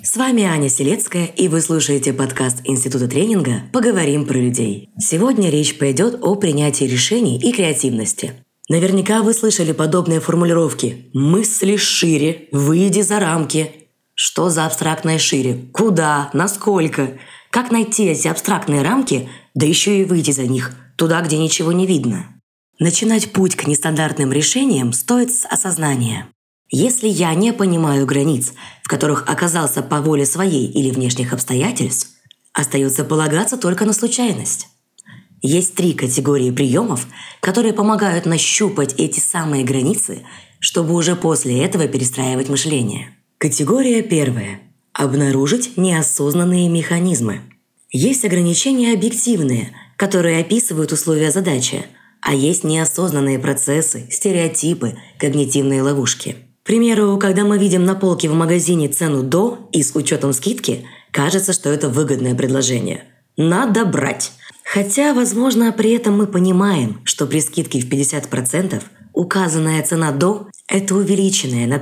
С вами Аня Селецкая, и вы слушаете подкаст Института тренинга «Поговорим про людей». Сегодня речь пойдет о принятии решений и креативности. Наверняка вы слышали подобные формулировки «мысли шире», «выйди за рамки». Что за абстрактное шире? Куда? Насколько? Как найти эти абстрактные рамки, да еще и выйти за них, туда, где ничего не видно? Начинать путь к нестандартным решениям стоит с осознания. Если я не понимаю границ, в которых оказался по воле своей или внешних обстоятельств, остается полагаться только на случайность. Есть 3 категории приемов, которые помогают нащупать эти самые границы, чтобы уже после этого перестраивать мышление. Категория 1. Обнаружить неосознанные механизмы. Есть ограничения объективные, которые описывают условия задачи, а есть неосознанные процессы, стереотипы, когнитивные ловушки. К примеру, когда мы видим на полке в магазине цену «до» и с учетом скидки, кажется, что это выгодное предложение. Надо брать. Хотя, возможно, при этом мы понимаем, что при скидке в 50% указанная цена «до» – это увеличенная на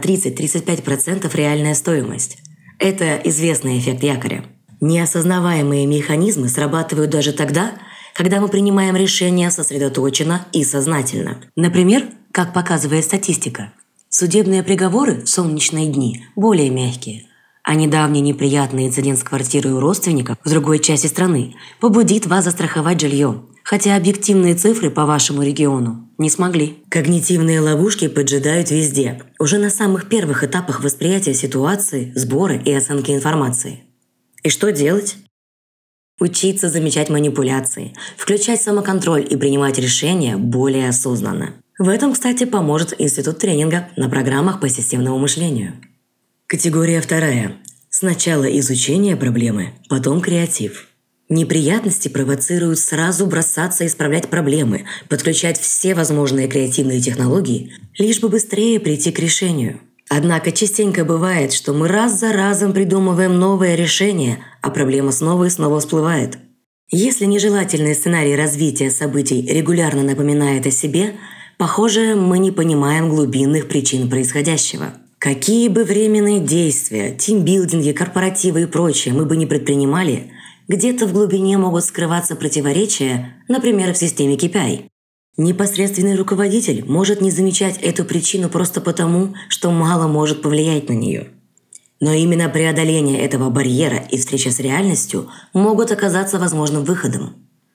30-35% реальная стоимость. Это известный эффект якоря. Неосознаваемые механизмы срабатывают даже тогда, когда мы принимаем решения сосредоточенно и сознательно. Например, как показывает статистика, судебные приговоры в солнечные дни более мягкие, а недавний неприятный инцидент с квартирой у родственников в другой части страны побудит вас застраховать жилье, хотя объективные цифры по вашему региону не смогли. Когнитивные ловушки поджидают везде, уже на самых первых этапах восприятия ситуации, сбора и оценки информации. И что делать? Учиться замечать манипуляции, включать самоконтроль и принимать решения более осознанно. В этом, кстати, поможет Институт тренинга на программах по системному мышлению. Категория 2. Сначала изучение проблемы, потом креатив. Неприятности провоцируют сразу бросаться исправлять проблемы, подключать все возможные креативные технологии, лишь бы быстрее прийти к решению. Однако частенько бывает, что мы раз за разом придумываем новое решение, а проблема снова и снова всплывает. Если нежелательный сценарий развития событий регулярно напоминает о себе, похоже, мы не понимаем глубинных причин происходящего. Какие бы временные действия, тимбилдинги, корпоративы и прочее мы бы не предпринимали, где-то в глубине могут скрываться противоречия, например, в системе KPI. Непосредственный руководитель может не замечать эту причину просто потому, что мало может повлиять на нее. Но именно преодоление этого барьера и встреча с реальностью могут оказаться возможным выходом.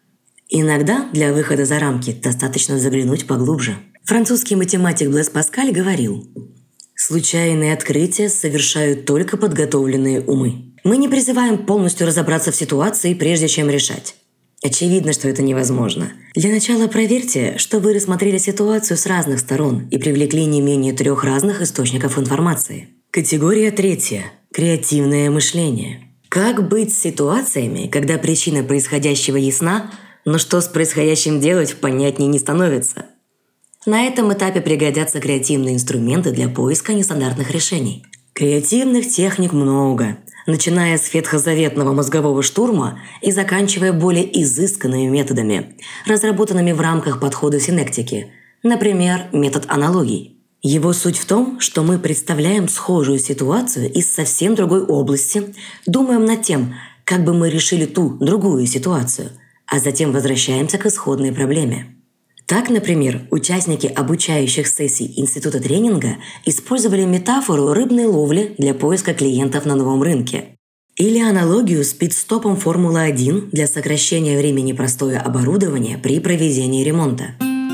Иногда для выхода за рамки достаточно заглянуть поглубже. Французский математик Блэс Паскаль говорил: «Случайные открытия совершают только подготовленные умы». Мы не призываем полностью разобраться в ситуации, прежде чем решать. Очевидно, что это невозможно. Для начала проверьте, что вы рассмотрели ситуацию с разных сторон и привлекли не менее 3 разных источников информации. Категория 3. Креативное мышление. Как быть с ситуациями, когда причина происходящего ясна, но что с происходящим делать, понятнее не становится? На этом этапе пригодятся креативные инструменты для поиска нестандартных решений. Креативных техник много, начиная с ветхозаветного мозгового штурма и заканчивая более изысканными методами, разработанными в рамках подхода синектики, например, метод аналогий. Его суть в том, что мы представляем схожую ситуацию из совсем другой области, думаем над тем, как бы мы решили ту другую ситуацию, а затем возвращаемся к исходной проблеме. Так, например, участники обучающих сессий Института тренинга использовали метафору рыбной ловли для поиска клиентов на новом рынке. Или аналогию с пит-стопом Формулы-1 для сокращения времени простоя оборудования при проведении ремонта.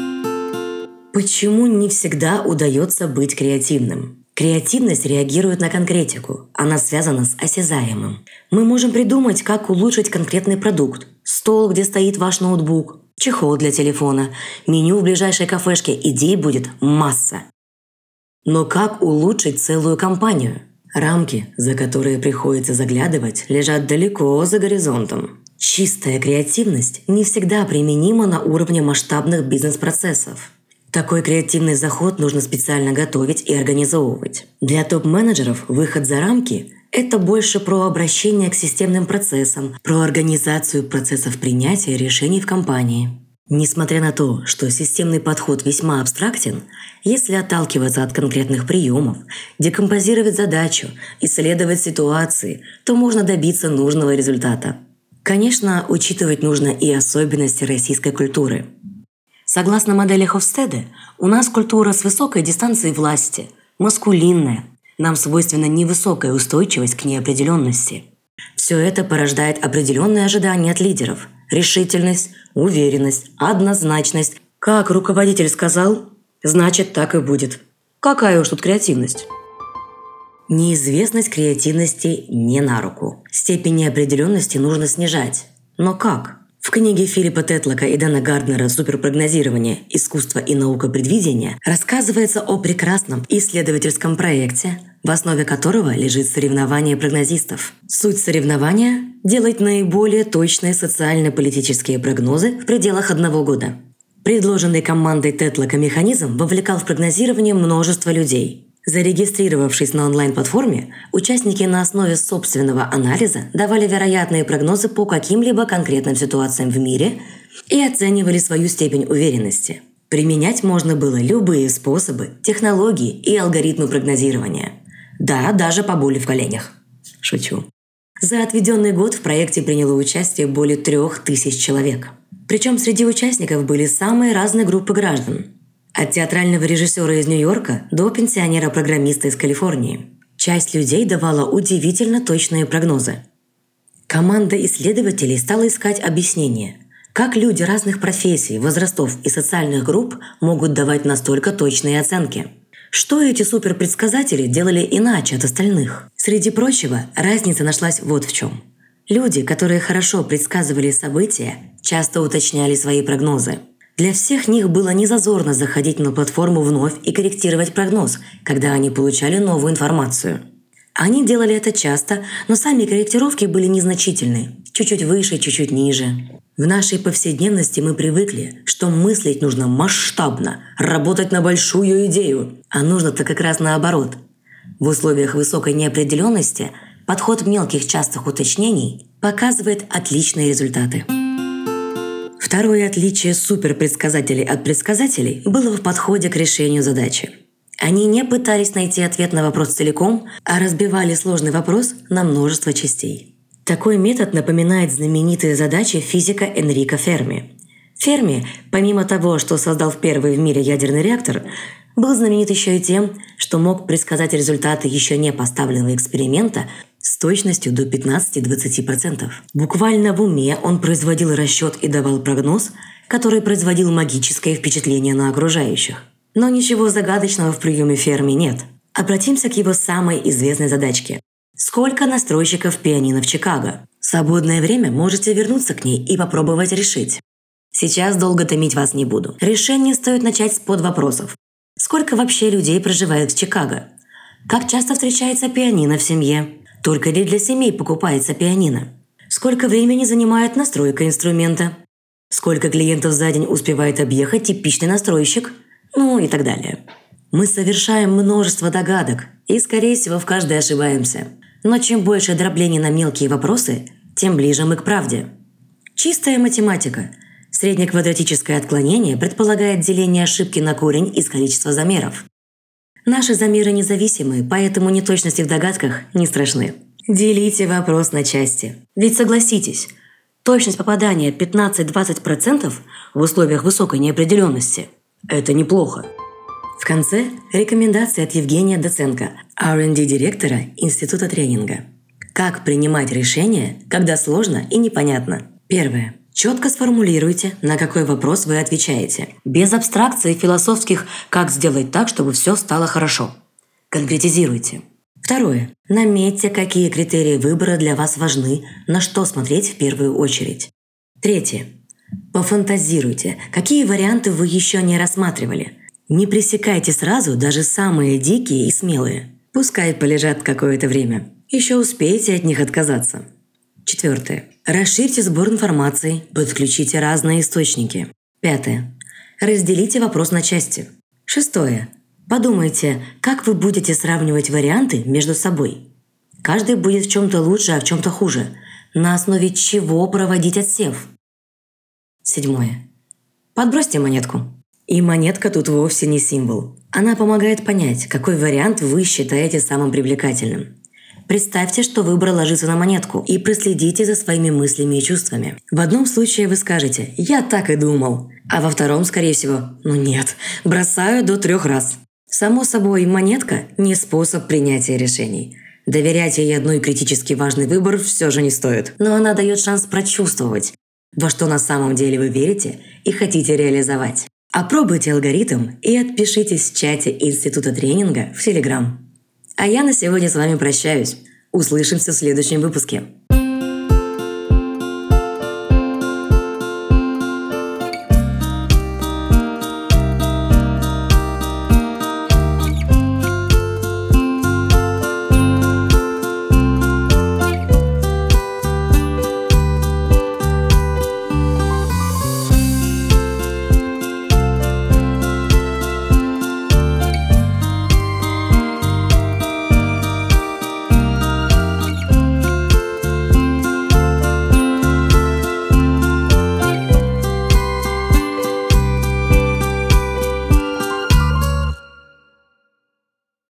Почему не всегда удается быть креативным? Креативность реагирует на конкретику, она связана с осязаемым. Мы можем придумать, как улучшить конкретный продукт: стол, где стоит ваш ноутбук, чехол для телефона, меню в ближайшей кафешке, идей будет масса. Но как улучшить целую компанию? Рамки, за которые приходится заглядывать, лежат далеко за горизонтом. Чистая креативность не всегда применима на уровне масштабных бизнес-процессов. Такой креативный заход нужно специально готовить и организовывать. Для топ-менеджеров выход за рамки – это больше про обращение к системным процессам, про организацию процессов принятия решений в компании. Несмотря на то, что системный подход весьма абстрактен, если отталкиваться от конкретных приемов, декомпозировать задачу, исследовать ситуации, то можно добиться нужного результата. Конечно, учитывать нужно и особенности российской культуры. Согласно модели Ховстеда, у нас культура с высокой дистанцией власти, маскулинная, нам свойственна невысокая устойчивость к неопределенности. Все это порождает определенные ожидания от лидеров – решительность, уверенность, однозначность. Как руководитель сказал, значит так и будет. Какая уж тут креативность? Неизвестность креативности не на руку. Степень неопределенности нужно снижать. Но как? В книге Филиппа Тетлока и Дэна Гарднера «Суперпрогнозирование. Искусство и наука предвидения» рассказывается о прекрасном исследовательском проекте, в основе которого лежит соревнование прогнозистов. Суть соревнования – делать наиболее точные социально-политические прогнозы в пределах 1 года. Предложенный командой Тетлока механизм вовлекал в прогнозирование множество людей. Зарегистрировавшись на онлайн-платформе, участники на основе собственного анализа давали вероятные прогнозы по каким-либо конкретным ситуациям в мире и оценивали свою степень уверенности. Применять можно было любые способы, технологии и алгоритмы прогнозирования. Да, даже по боли в коленях. Шучу. За отведенный год в проекте приняло участие более 3000 человек. Причем среди участников были самые разные группы граждан. От театрального режиссера из Нью-Йорка до пенсионера-программиста из Калифорнии. Часть людей давала удивительно точные прогнозы. Команда исследователей стала искать объяснение, как люди разных профессий, возрастов и социальных групп могут давать настолько точные оценки. Что эти суперпредсказатели делали иначе от остальных? Среди прочего, разница нашлась вот в чем. Люди, которые хорошо предсказывали события, часто уточняли свои прогнозы. Для всех них было незазорно заходить на платформу вновь и корректировать прогноз, когда они получали новую информацию. Они делали это часто, но сами корректировки были незначительны, чуть-чуть выше, чуть-чуть ниже. В нашей повседневности мы привыкли, что мыслить нужно масштабно, работать на большую идею, а нужно-то как раз наоборот. В условиях высокой неопределенности подход мелких частых уточнений показывает отличные результаты. Второе отличие суперпредсказателей от предсказателей было в подходе к решению задачи. Они не пытались найти ответ на вопрос целиком, а разбивали сложный вопрос на множество частей. Такой метод напоминает знаменитые задачи физика Энрико Ферми. Ферми, помимо того, что создал первый в мире ядерный реактор, был знаменит еще и тем, что мог предсказать результаты еще не поставленного эксперимента с точностью до 15-20%. Буквально в уме он производил расчет и давал прогноз, который производил магическое впечатление на окружающих. Но ничего загадочного в приеме Ферми нет. Обратимся к его самой известной задачке. Сколько настройщиков пианино в Чикаго? В свободное время можете вернуться к ней и попробовать решить. Сейчас долго томить вас не буду. Решение стоит начать с подвопросов. Сколько вообще людей проживает в Чикаго? Как часто встречается пианино в семье? Только ли для семей покупается пианино? Сколько времени занимает настройка инструмента? Сколько клиентов за день успевает объехать типичный настройщик? Ну и так далее. Мы совершаем множество догадок и, скорее всего, в каждой ошибаемся. Но чем больше дроблений на мелкие вопросы, тем ближе мы к правде. Чистая математика. Среднеквадратическое отклонение предполагает деление ошибки на корень из количества замеров. Наши замеры независимые, поэтому неточности в догадках не страшны. Делите вопрос на части. Ведь согласитесь, точность попадания 15-20% в условиях высокой неопределенности – это неплохо. В конце рекомендации от Евгения Доценко, R&D-директора Института тренинга. Как принимать решения, когда сложно и непонятно? Первое. Четко сформулируйте, на какой вопрос вы отвечаете. Без абстракций философских «как сделать так, чтобы все стало хорошо». Конкретизируйте. Второе. Наметьте, какие критерии выбора для вас важны, на что смотреть в первую очередь. Третье. Пофантазируйте, какие варианты вы еще не рассматривали. Не пресекайте сразу даже самые дикие и смелые. Пускай полежат какое-то время. Еще успеете от них отказаться. Четвертое. Расширьте сбор информации, подключите разные источники. Пятое. Разделите вопрос на части. Шестое. Подумайте, как вы будете сравнивать варианты между собой. Каждый будет в чем-то лучше, а в чем-то хуже. На основе чего проводить отсев? Седьмое. Подбросьте монетку. И монетка тут вовсе не символ. Она помогает понять, какой вариант вы считаете самым привлекательным. Представьте, что выбор ложится на монетку, и проследите за своими мыслями и чувствами. В одном случае вы скажете «я так и думал», а во втором, скорее всего, «ну нет, бросаю до 3 раз». Само собой, монетка – не способ принятия решений. Доверять ей одной критически важный выбор все же не стоит. Но она дает шанс прочувствовать, во что на самом деле вы верите и хотите реализовать. Опробуйте алгоритм и отпишитесь в чате Института тренинга в Telegram. А я на сегодня с вами прощаюсь. Услышимся в следующем выпуске.